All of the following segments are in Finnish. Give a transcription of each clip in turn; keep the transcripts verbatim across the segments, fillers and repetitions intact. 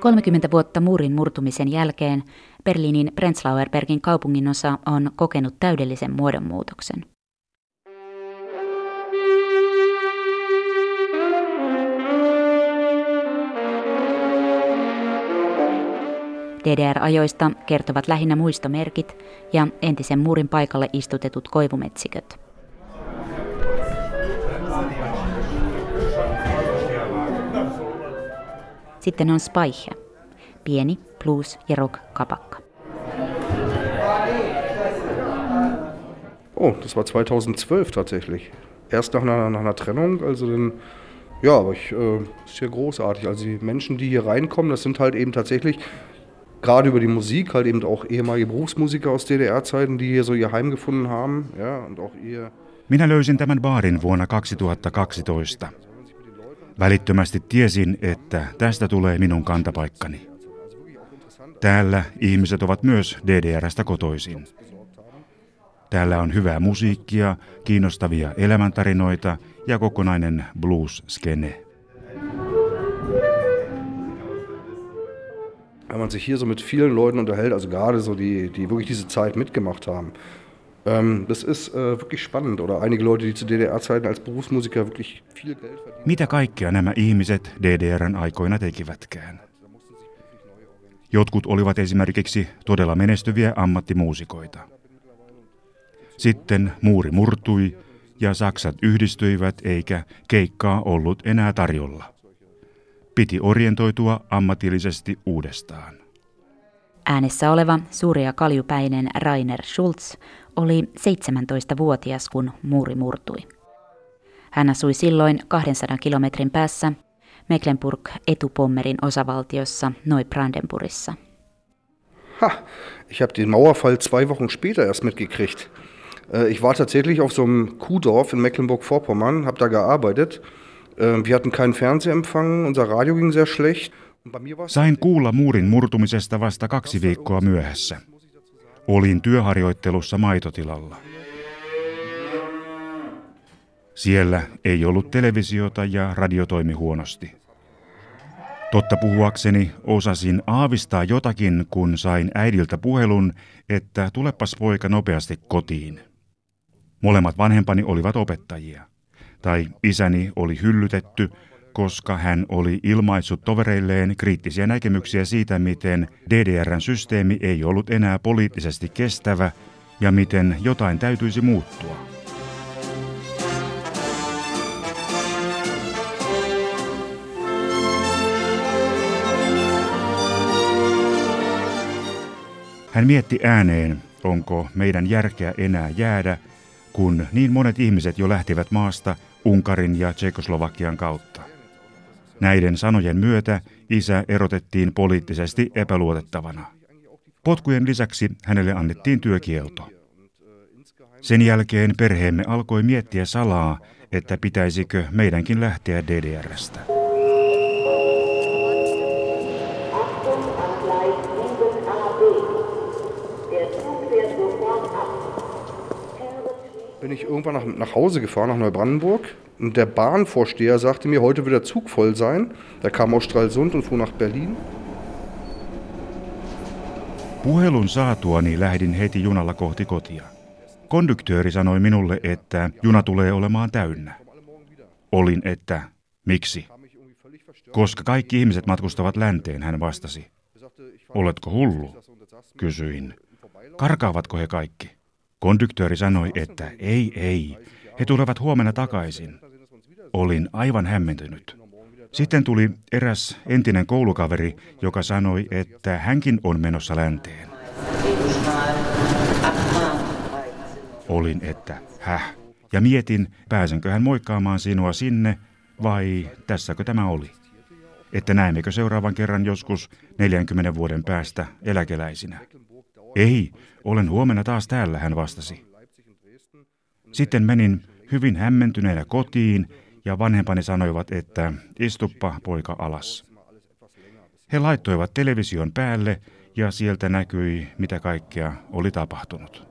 kolmekymmentä vuotta muurin murtumisen jälkeen Berliinin Prenzlauer Bergin kaupunginosa on kokenut täydellisen muodonmuutoksen. D D R-ajoista kertovat lähinnä muistomerkit ja entisen muurin paikalle istutetut koivumetsiköt. Sitten on Speicher, pieni blues- ja rock-kapakka. Oh, das war zweitausendzwölf tatsächlich. Erst nach einer, nach einer Trennung, also dann, ja, aber ich, äh, ist hier großartig. Also die Menschen, die hier reinkommen, das sind halt eben tatsächlich, gerade über die Musik, halt eben auch ehemalige Berufsmusiker aus D D R-Zeiten, die hier so ihr Heim gefunden haben, ja, und auch ihr... Minä löysin tämän baarin vuonna kaksituhattakaksitoista. Välittömästi tiesin, että tästä tulee minun kantapaikkani. Täällä ihmiset ovat myös D D R:stä kotoisin. Täällä on hyvää musiikkia, kiinnostavia elämäntarinoita ja kokonainen blues-skene. Wenn man sich hier so mit vielen Leuten unterhält, also gerade so die, die wirklich diese Zeit mitgemacht haben, ähm, das ist äh, wirklich spannend. Oder einige Leute, die zu D D R-Zeiten als Berufsmusiker wirklich viel Geld verdienen. Mitä kaikkea nämä ihmiset D D R:n aikoina tekivätkään? Jotkut olivat esimerkiksi todella menestyviä ammattimuusikoita. Sitten muuri murtui ja Saksat yhdistyivät eikä keikkaa ollut enää tarjolla. Piti orientoitua ammatillisesti uudestaan. Äänessä oleva suuri ja kaljupäinen Rainer Schulz oli seitsemäntoistavuotias, kun muuri murtui. Hän asui silloin kahdensadan kilometrin päässä Mecklenburg-Etupommerin osavaltiossa Neubrandenburgissa. Ha, ich habe den Mauerfall zwei Wochen später erst mitgekriegt. Ich war tatsächlich auf so einem Kuhdorf in Mecklenburg-Vorpommern, habe da gearbeitet. Wir hatten keinen Fernsehempfang, unser Radio ging sehr schlecht. Sain kuulla muurin murtumisesta vasta kaksi viikkoa myöhässä. Olin työharjoittelussa maitotilalla. Siellä ei ollut televisiota ja radio toimi huonosti. Totta puhuakseni osasin aavistaa jotakin, kun sain äidiltä puhelun, että tulepas poika nopeasti kotiin. Molemmat vanhempani olivat opettajia. Tai isäni oli hyllytetty, koska hän oli ilmaissut tovereilleen kriittisiä näkemyksiä siitä, miten D D R:n systeemi ei ollut enää poliittisesti kestävä ja miten jotain täytyisi muuttua. Hän mietti ääneen, onko meidän järkeä enää jäädä, kun niin monet ihmiset jo lähtivät maasta Unkarin ja Tšekoslovakian kautta. Näiden sanojen myötä isä erotettiin poliittisesti epäluotettavana. Potkujen lisäksi hänelle annettiin työkielto. Sen jälkeen perheemme alkoi miettiä salaa, että pitäisikö meidänkin lähteä D D R:stä. Bin ich irgendwann nach, nach Hause gefahren, nach Neubrandenburg. Und der Bahnvorsteher sagte mir, heute wird der Zug voll sein. Der kam aus Stralsund und fuhr nach Berlin. Puhelun saatuani lähdin heti junalla kohti kotia. Konduktööri sanoi minulle, että juna tulee olemaan täynnä. Olin, että miksi? Koska kaikki ihmiset matkustavat länteen, hän vastasi. Oletko hullu? Kysyin. Karkaavatko he kaikki? Konduktööri sanoi, että ei, ei, he tulevat huomenna takaisin. Olin aivan hämmentynyt. Sitten tuli eräs entinen koulukaveri, joka sanoi, että hänkin on menossa länteen. Olin, että häh, ja mietin, pääsenkö hän moikkaamaan sinua sinne vai tässäkö tämä oli. Että näemmekö seuraavan kerran joskus neljänkymmenen vuoden päästä eläkeläisinä. Ei, olen huomenna taas täällä, hän vastasi. Sitten menin hyvin hämmentyneenä kotiin ja vanhempani sanoivat, että istuppa poika alas. He laittoivat television päälle ja sieltä näkyi, mitä kaikkea oli tapahtunut.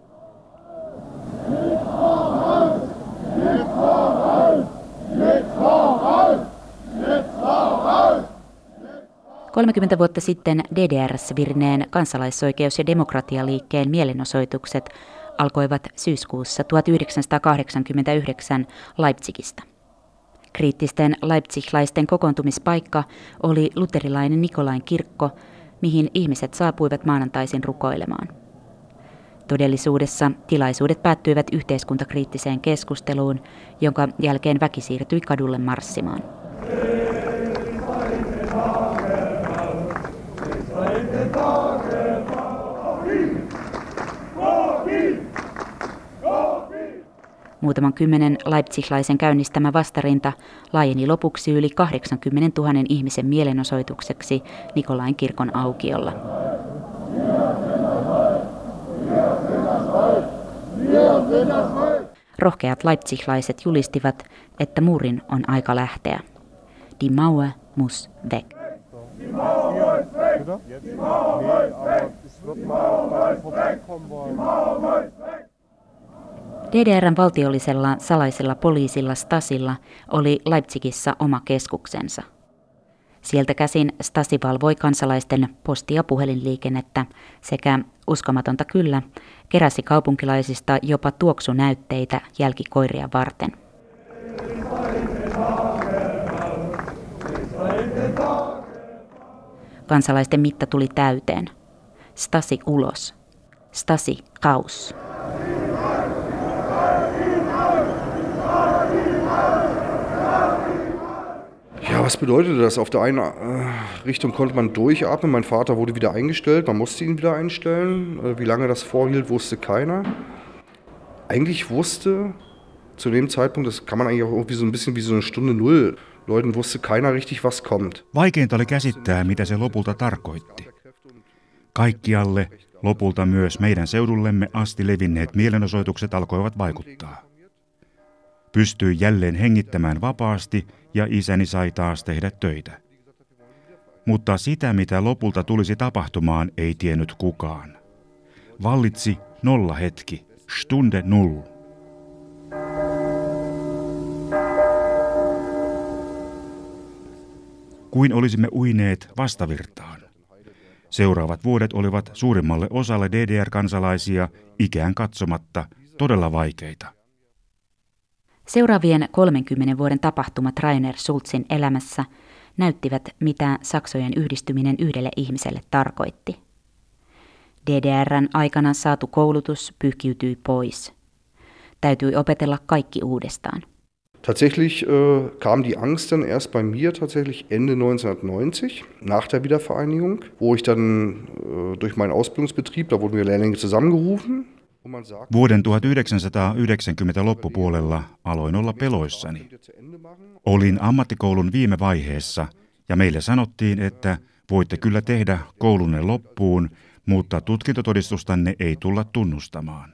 kolmekymmentä vuotta sitten D D R:ssä virineen kansalaisoikeus- ja demokratialiikkeen mielenosoitukset alkoivat syyskuussa tuhatyhdeksänsataakahdeksankymmentäyhdeksän Leipzigistä. Kriittisten leipziglaisten kokoontumispaikka oli luterilainen Nikolain kirkko, mihin ihmiset saapuivat maanantaisin rukoilemaan. Todellisuudessa tilaisuudet päättyivät yhteiskuntakriittiseen keskusteluun, jonka jälkeen väki siirtyi kadulle marssimaan. Muutaman kymmenen leipziglaisen käynnistämä vastarinta laajeni lopuksi yli kahdeksankymmentätuhatta ihmisen mielenosoitukseksi Nikolain kirkon aukiolla. Rohkeat leipziglaiset julistivat, että muurin on aika lähteä. Die Mauer muss weg. D D R:n valtiollisella salaisella poliisilla Stasilla oli Leipzigissä oma keskuksensa. Sieltä käsin Stasi valvoi kansalaisten posti- ja puhelinliikennettä sekä, uskomatonta kyllä, keräsi kaupunkilaisista jopa tuoksunäytteitä jälkikoiria varten. Kansalaisten mitta tuli täyteen. Stasi ulos. Stasi raus. Ja, was bedeutete das? Auf der einen äh, Richtung konnte man durchatmen. Mein Vater wurde wieder eingestellt, man musste ihn wieder einstellen. Äh, wie lange das vorhielt, wusste keiner. Eigentlich wusste zu dem Zeitpunkt, das kann man eigentlich auch irgendwie so ein bisschen wie so eine Stunde Null, Leuten wusste keiner richtig, was kommt. Vaikeinta oli käsittää, mitä se lopulta tarkoitti. Kaikkialle, lopulta myös meidän seudullemme asti levinneet mielenosoitukset alkoivat vaikuttaa. Pystyi jälleen hengittämään vapaasti ja isäni sai taas tehdä töitä. Mutta sitä, mitä lopulta tulisi tapahtumaan, ei tiennyt kukaan. Vallitsi nolla hetki, Stunde Null. Kuin olisimme uineet vastavirtaan. Seuraavat vuodet olivat suurimmalle osalle D D R-kansalaisia ikään katsomatta todella vaikeita. Seuraavien kolmenkymmenen vuoden tapahtumat Rainer Schulzin elämässä näyttivät, mitä Saksojen yhdistyminen yhdelle ihmiselle tarkoitti. D D R:n aikana saatu koulutus pyyhkiytyi pois. Täytyi opetella kaikki uudestaan. Tatsächlich äh, kam die Angst dann erst bei mir tatsächlich Ende neunzehnhundertneunzig, nach der Wiedervereinigung, wo ich dann äh, durch meinen Ausbildungsbetrieb, da wurden wir Lehrlinge zusammengerufen. Vuoden tuhatyhdeksänsataayhdeksänkymmentä loppupuolella aloin olla peloissani. Olin ammattikoulun viime vaiheessa ja meille sanottiin, että voitte kyllä tehdä koulunne loppuun, mutta tutkintotodistustanne ei tulla tunnustamaan.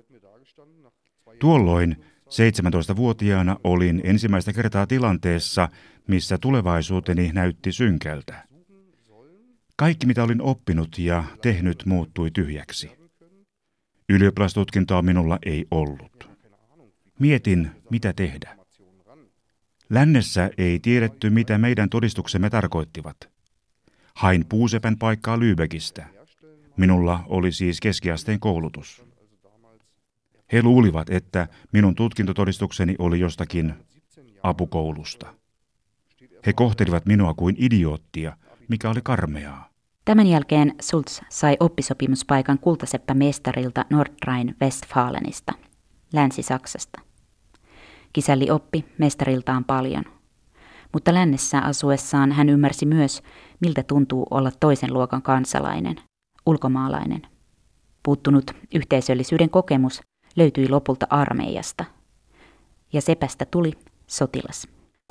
Tuolloin seitsemäntoistavuotiaana olin ensimmäistä kertaa tilanteessa, missä tulevaisuuteni näytti synkältä. Kaikki mitä olin oppinut ja tehnyt muuttui tyhjäksi. Ylioppilastutkintoa minulla ei ollut. Mietin, mitä tehdä. Lännessä ei tiedetty, mitä meidän todistuksemme tarkoittivat. Hain puusepän paikkaa Lübeckistä. Minulla oli siis keskiasteen koulutus. He luulivat, että minun tutkintotodistukseni oli jostakin apukoulusta. He kohtelivat minua kuin idioottia, mikä oli karmeaa. Tämän jälkeen Schulz sai oppisopimuspaikan kultaseppämestarilta Nordrhein-Westfalenista, Länsi-Saksasta. Kisälli oppi mestariltaan paljon, mutta lännessä asuessaan hän ymmärsi myös, miltä tuntuu olla toisen luokan kansalainen, ulkomaalainen. Puuttunut yhteisöllisyyden kokemus löytyi lopulta armeijasta, ja sepästä tuli sotilas.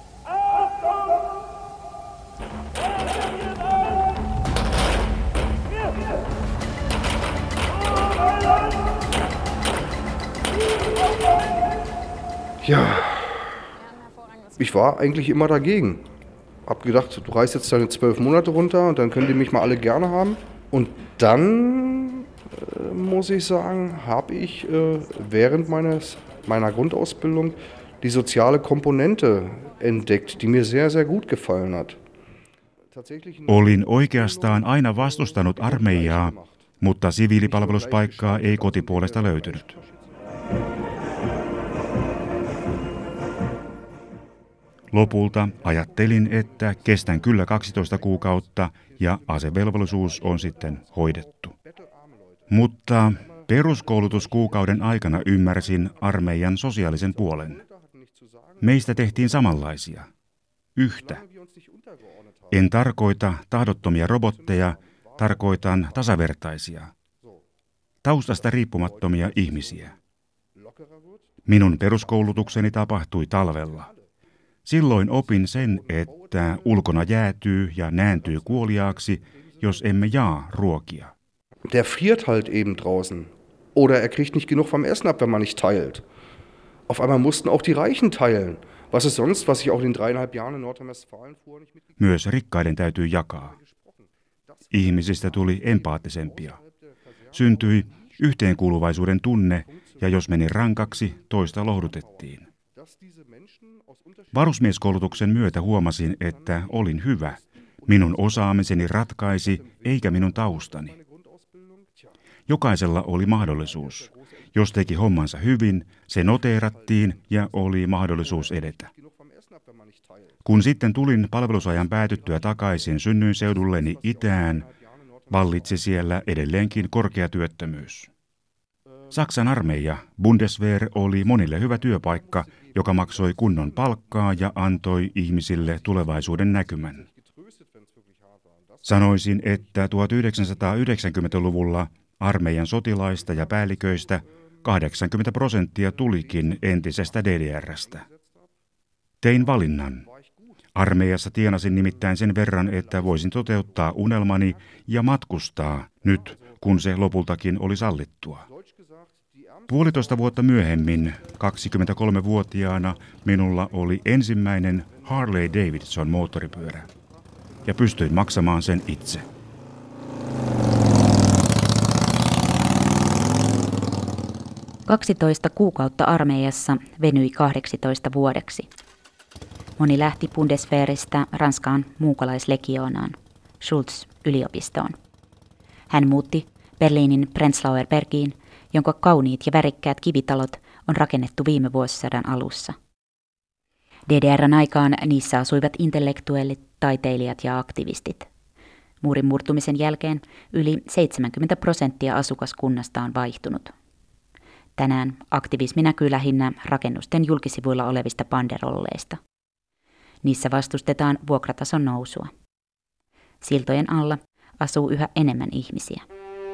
Ja, ich war eigentlich immer dagegen. Hab gedacht, du reist jetzt deine zwölf Monate runter und dann können die mich mal alle gerne haben. Und dann, äh, muss ich sagen, habe ich äh, während meines, meiner Grundausbildung die soziale Komponente entdeckt, die mir sehr, sehr gut gefallen hat. Olin oikeastaan aina vastustanut armeijaa, mutta siviilipalveluspaikkaa ei kotipuolesta löytynyt. Lopulta ajattelin, että kestän kyllä kaksitoista kuukautta ja asevelvollisuus on sitten hoidettu. Mutta peruskoulutuskuukauden aikana ymmärsin armeijan sosiaalisen puolen. Meistä tehtiin samanlaisia. Yhtä. En tarkoita tahdottomia robotteja, tarkoitan tasavertaisia. Taustasta riippumattomia ihmisiä. Minun peruskoulutukseni tapahtui talvella. Silloin opin sen, että ulkona jäätyy ja nääntyy kuoliaaksi, jos emme jaa ruokia. Der friert halt eben draußen. Oder er kriegt nicht genug vom Essen ab, wenn man nicht teilt. Auf einmal mussten auch die Reichen teilen. Was ist sonst, was ich auch in dreieinhalb Jahren in Nordrhein-Westfalen fuhr, nicht mit... Myös rikkaiden täytyy jakaa. Ihmisistä tuli empaattisempia. Syntyi yhteenkuuluvaisuuden tunne, ja jos meni rankaksi, toista lohdutettiin. Varusmieskoulutuksen myötä huomasin, että olin hyvä. Minun osaamiseni ratkaisi, eikä minun taustani. Jokaisella oli mahdollisuus. Jos teki hommansa hyvin, se noteerattiin ja oli mahdollisuus edetä. Kun sitten tulin palvelusajan päätyttyä takaisin synnyinseudulleni itään, vallitsi siellä edelleenkin korkea työttömyys. Saksan armeija, Bundeswehr, oli monille hyvä työpaikka, joka maksoi kunnon palkkaa ja antoi ihmisille tulevaisuuden näkymän. Sanoisin, että tuhatyhdeksänsataayhdeksänkymmentäluvulla armeijan sotilaista ja päälliköistä kahdeksankymmentä prosenttia tulikin entisestä D D R:stä. Tein valinnan. Armeijassa tienasin nimittäin sen verran, että voisin toteuttaa unelmani ja matkustaa nyt, kun se lopultakin oli sallittua. Puolitoista vuotta myöhemmin, kaksikymmentäkolmevuotiaana, minulla oli ensimmäinen Harley Davidson moottoripyörä ja pystyin maksamaan sen itse. kaksitoista kuukautta armeijassa venyi kahdeksitoista vuodeksi. Moni lähti Bundeswehristä Ranskaan muukalaislegioonaan, Schulz-yliopistoon. Hän muutti Berliinin Prenzlauer Bergiin, jonka kauniit ja värikkäät kivitalot on rakennettu viime vuosisadan alussa. D D R:n aikaan niissä asuivat intellektuellit, taiteilijat ja aktivistit. Muurin murtumisen jälkeen yli seitsemänkymmentä prosenttia asukaskunnasta on vaihtunut. Tänään aktivismi näkyy lähinnä rakennusten julkisivuilla olevista banderolleista. Niissä vastustetaan vuokratason nousua. Siltojen alla asuu yhä enemmän ihmisiä.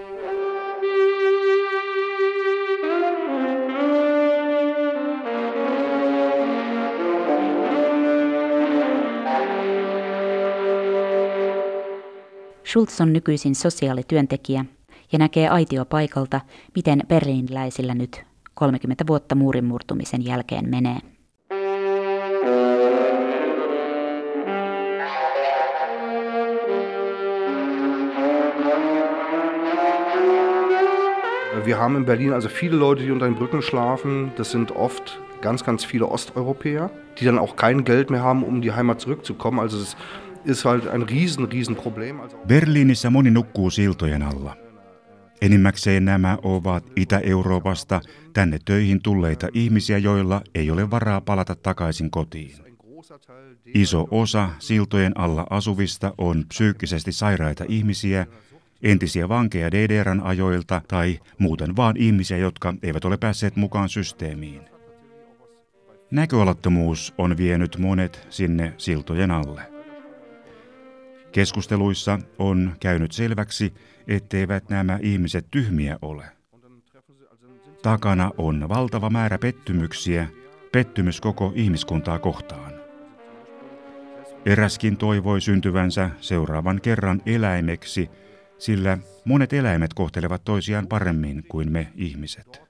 Schulz on nykyisin sosiaalityöntekijä ja näkee aitiopaikalta, miten berliiniläisillä nyt kolmekymmentä vuotta muurin murtumisen jälkeen menee. Wir haben in Berlin also viele Leute, die unter den Brücken schlafen. Das sind oft ganz, ganz viele Osteuropäer, die dann auch kein Geld mehr haben, um die Heimat zurückzukommen. Also es ist halt ein riesen, riesen Problem. Berliinissä moni nukkuu siltojen alla. Enimmäkseen nämä ovat Itä-Euroopasta tänne töihin tulleita ihmisiä, joilla ei ole varaa palata takaisin kotiin. Iso osa siltojen alla asuvista on psyykkisesti sairaita ihmisiä, entisiä vankeja D D R:n ajoilta tai muuten vaan ihmisiä, jotka eivät ole päässeet mukaan systeemiin. Näköalattomuus on vienyt monet sinne siltojen alle. Keskusteluissa on käynyt selväksi, etteivät nämä ihmiset tyhmiä ole. Takana on valtava määrä pettymyksiä, pettymys koko ihmiskuntaa kohtaan. Eräskin toivoi syntyvänsä seuraavan kerran eläimeksi, sillä monet eläimet kohtelevat toisiaan paremmin kuin me ihmiset.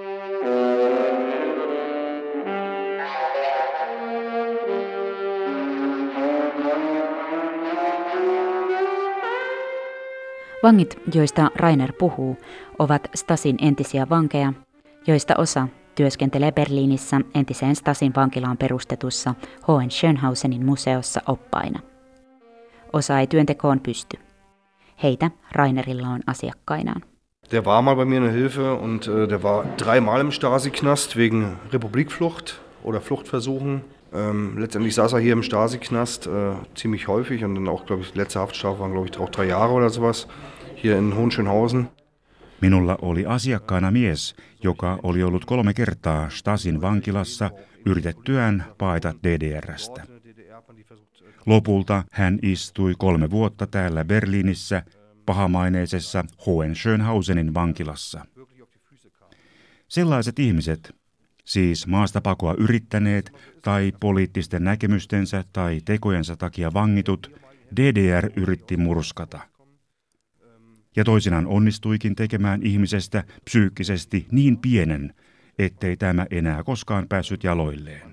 Vangit, joista Rainer puhuu, ovat Stasin entisiä vankeja, joista osa työskentelee Berliinissä entiseen Stasin vankilaan perustetussa Hohenschönhausenin museossa oppaina. Osa ei työntekoon pysty. Heitä Rainerilla on asiakkainaan. Der war mal bei mir eine Hilfe und äh, der war dreimal im Stasi-Knast wegen Republikflucht oder Fluchtversuchen. Ähm, letztendlich saß er hier im Stasi-Knast äh, ziemlich häufig und dann auch, glaube ich, letzte Haftstrafe waren, glaube ich, auch drei Jahre oder sowas hier in Hohenschönhausen. Minulla oli asiakkaana mies, joka oli ollut kolme kertaa Stasin vankilassa yritettyään paeta D D R:stä. Lopulta hän istui kolme vuotta täällä Berliinissä pahamaineisessa Hohenschönhausenin vankilassa. Sellaiset ihmiset, siis maastapakoa yrittäneet tai poliittisten näkemystensä tai tekojensa takia vangitut, D D R yritti murskata. Ja toisinaan onnistuikin tekemään ihmisestä psyykkisesti niin pienen, ettei tämä enää koskaan päässyt jaloilleen.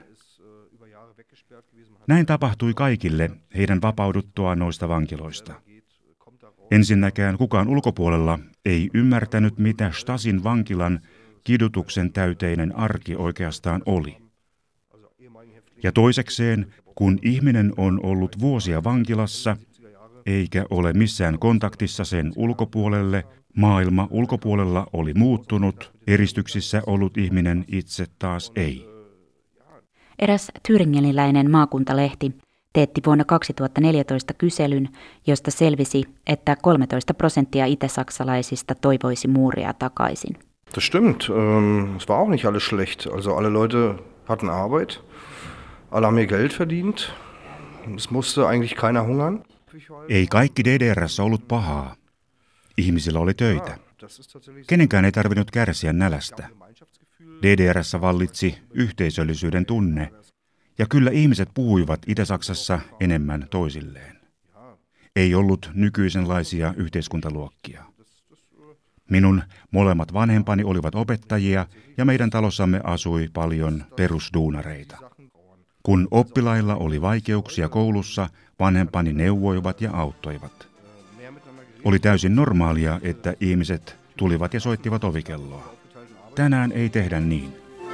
Näin tapahtui kaikille heidän vapauduttuaan noista vankiloista. Ensinnäkään kukaan ulkopuolella ei ymmärtänyt, mitä Stasin vankilan kidutuksen täyteinen arki oikeastaan oli. Ja toisekseen, kun ihminen on ollut vuosia vankilassa, eikä ole missään kontaktissa sen ulkopuolelle, maailma ulkopuolella oli muuttunut, eristyksissä ollut ihminen itse taas ei. Eräs thüringeniläinen maakuntalehti teetti vuonna kaksituhattaneljätoista kyselyn, josta selvisi, että kolmetoista prosenttia itä-saksalaisista toivoisi muuria takaisin. Das stimmt. Ähm, es war auch nicht alles schlecht. Also alle Leute hatten Arbeit, alle haben ihr Geld verdient. Es musste eigentlich keiner hungern. Ei kaikki D D R:ssä ollut pahaa. Ihmisillä oli töitä. Kenenkään ei tarvinnut kärsiä nälästä. D D R:ssä vallitsi yhteisöllisyyden tunne, ja kyllä ihmiset puhuivat Itä-Saksassa enemmän toisilleen. Ei ollut nykyisenlaisia yhteiskuntaluokkia. Minun molemmat vanhempani olivat opettajia ja meidän talossamme asui paljon perusduunareita. Kun oppilailla oli vaikeuksia koulussa, vanhempani neuvoivat ja auttoivat. Oli täysin normaalia, että ihmiset tulivat ja soittivat ovikelloa. Tänään ei tehdä niin.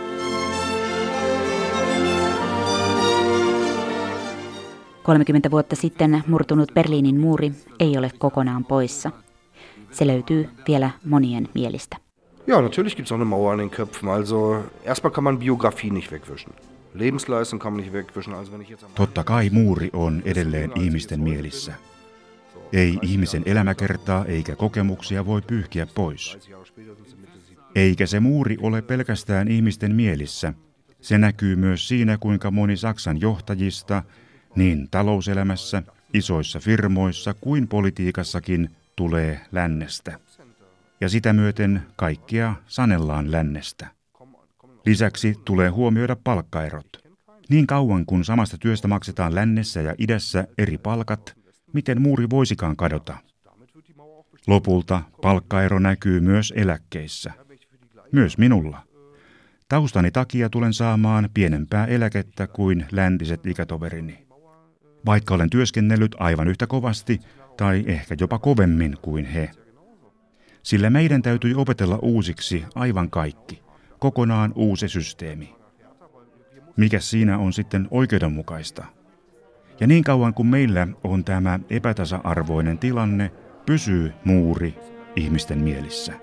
kolmekymmentä vuotta sitten murtunut Berliinin muuri ei ole kokonaan poissa. Se löytyy vielä monien mielistä. Ja, natürlich gibt es noch eine Mauer in den Köpfen. Also erstmal kann man Biografie nicht wegwischen. Lebensleistung kann man nicht wegwischen. Also wenn ich jetzt Totta kai muuri on edelleen ihmisten mielissä. Ei ihmisen elämäkertaa eikä kokemuksia voi pyyhkiä pois. Eikä se muuri ole pelkästään ihmisten mielissä. Se näkyy myös siinä, kuinka moni Saksan johtajista, niin talouselämässä, isoissa firmoissa kuin politiikassakin, tulee lännestä. Ja sitä myöten kaikkia sanellaan lännestä. Lisäksi tulee huomioida palkkaerot. Niin kauan kun samasta työstä maksetaan lännessä ja idässä eri palkat, miten muuri voisikaan kadota? Lopulta palkkaero näkyy myös eläkkeissä. Myös minulla. Taustani takia tulen saamaan pienempää eläkettä kuin läntiset ikätoverini. Vaikka olen työskennellyt aivan yhtä kovasti tai ehkä jopa kovemmin kuin he. Sillä meidän täytyi opetella uusiksi aivan kaikki. Kokonaan uusi systeemi. Mikä siinä on sitten oikeudenmukaista? Ja niin kauan kuin meillä on tämä epätasa-arvoinen tilanne, pysyy muuri ihmisten mielissä.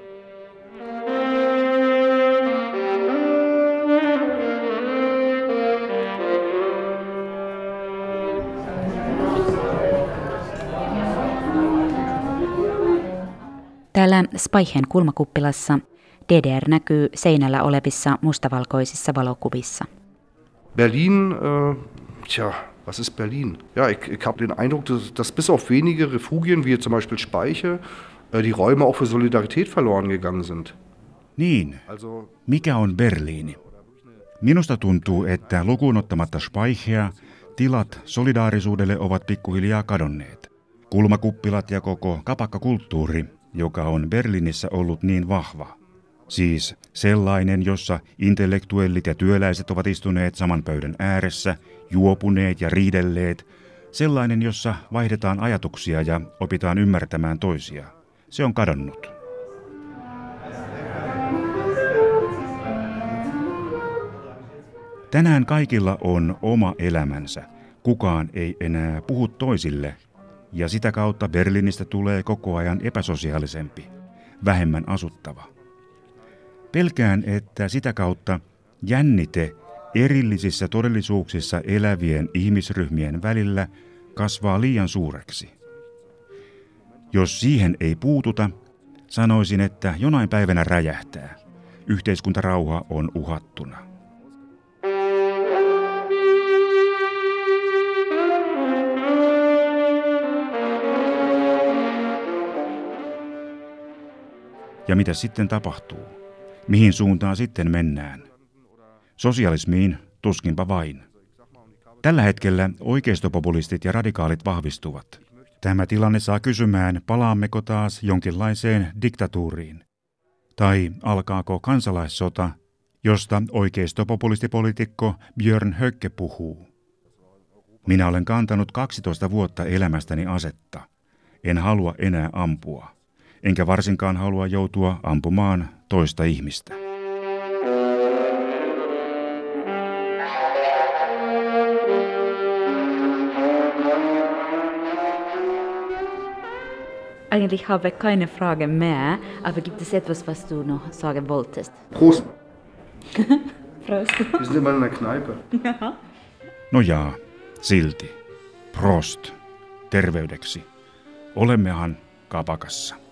Täällä Speichen kulmakuppilassa D D R näkyy seinällä olevissa mustavalkoisissa valokuvissa. Berlin, äh, tja, was ist Berlin? Ja, ich, ich habe den Eindruck, dass, dass bis auf wenige Refugien, wie zum Beispiel Speiche, äh, die Räume auch für Solidarität verloren gegangen sind. Niin, mikä on Berliini? Minusta tuntuu, että lukuun ottamatta Speichea, tilat solidaarisuudelle ovat pikkuhiljaa kadonneet. Kulmakuppilat ja koko kapakkakulttuuri, joka on Berliinissä ollut niin vahva. Siis sellainen, jossa intellektuellit ja työläiset ovat istuneet saman pöydän ääressä, juopuneet ja riidelleet. Sellainen, jossa vaihdetaan ajatuksia ja opitaan ymmärtämään toisia. Se on kadonnut. Tänään kaikilla on oma elämänsä. Kukaan ei enää puhu toisille, ja sitä kautta Berliinistä tulee koko ajan epäsosiaalisempi, vähemmän asuttava. Pelkään, että sitä kautta jännite erillisissä todellisuuksissa elävien ihmisryhmien välillä kasvaa liian suureksi. Jos siihen ei puututa, sanoisin, että jonain päivänä räjähtää. Yhteiskuntarauha on uhattuna. Ja mitä sitten tapahtuu? Mihin suuntaan sitten mennään? Sosialismiin tuskinpa vain. Tällä hetkellä oikeistopopulistit ja radikaalit vahvistuvat. Tämä tilanne saa kysymään, palaammeko taas jonkinlaiseen diktatuuriin. Tai alkaako kansalaissota, josta oikeistopopulistipoliitikko Björn Höcke puhuu. Minä olen kantanut kaksitoista vuotta elämästäni asetta. En halua enää ampua. Enkä varsinkaan halua joutua ampumaan toista ihmistä. Eigentlich habe ich keine Frage mehr, aber gibt es etwas, was du noch sagen wolltest? Prost! Prost! Wir sind immer in der Kneipe. No jaa, silti. Prost. Terveydeksi. Olemmehan kapakassa.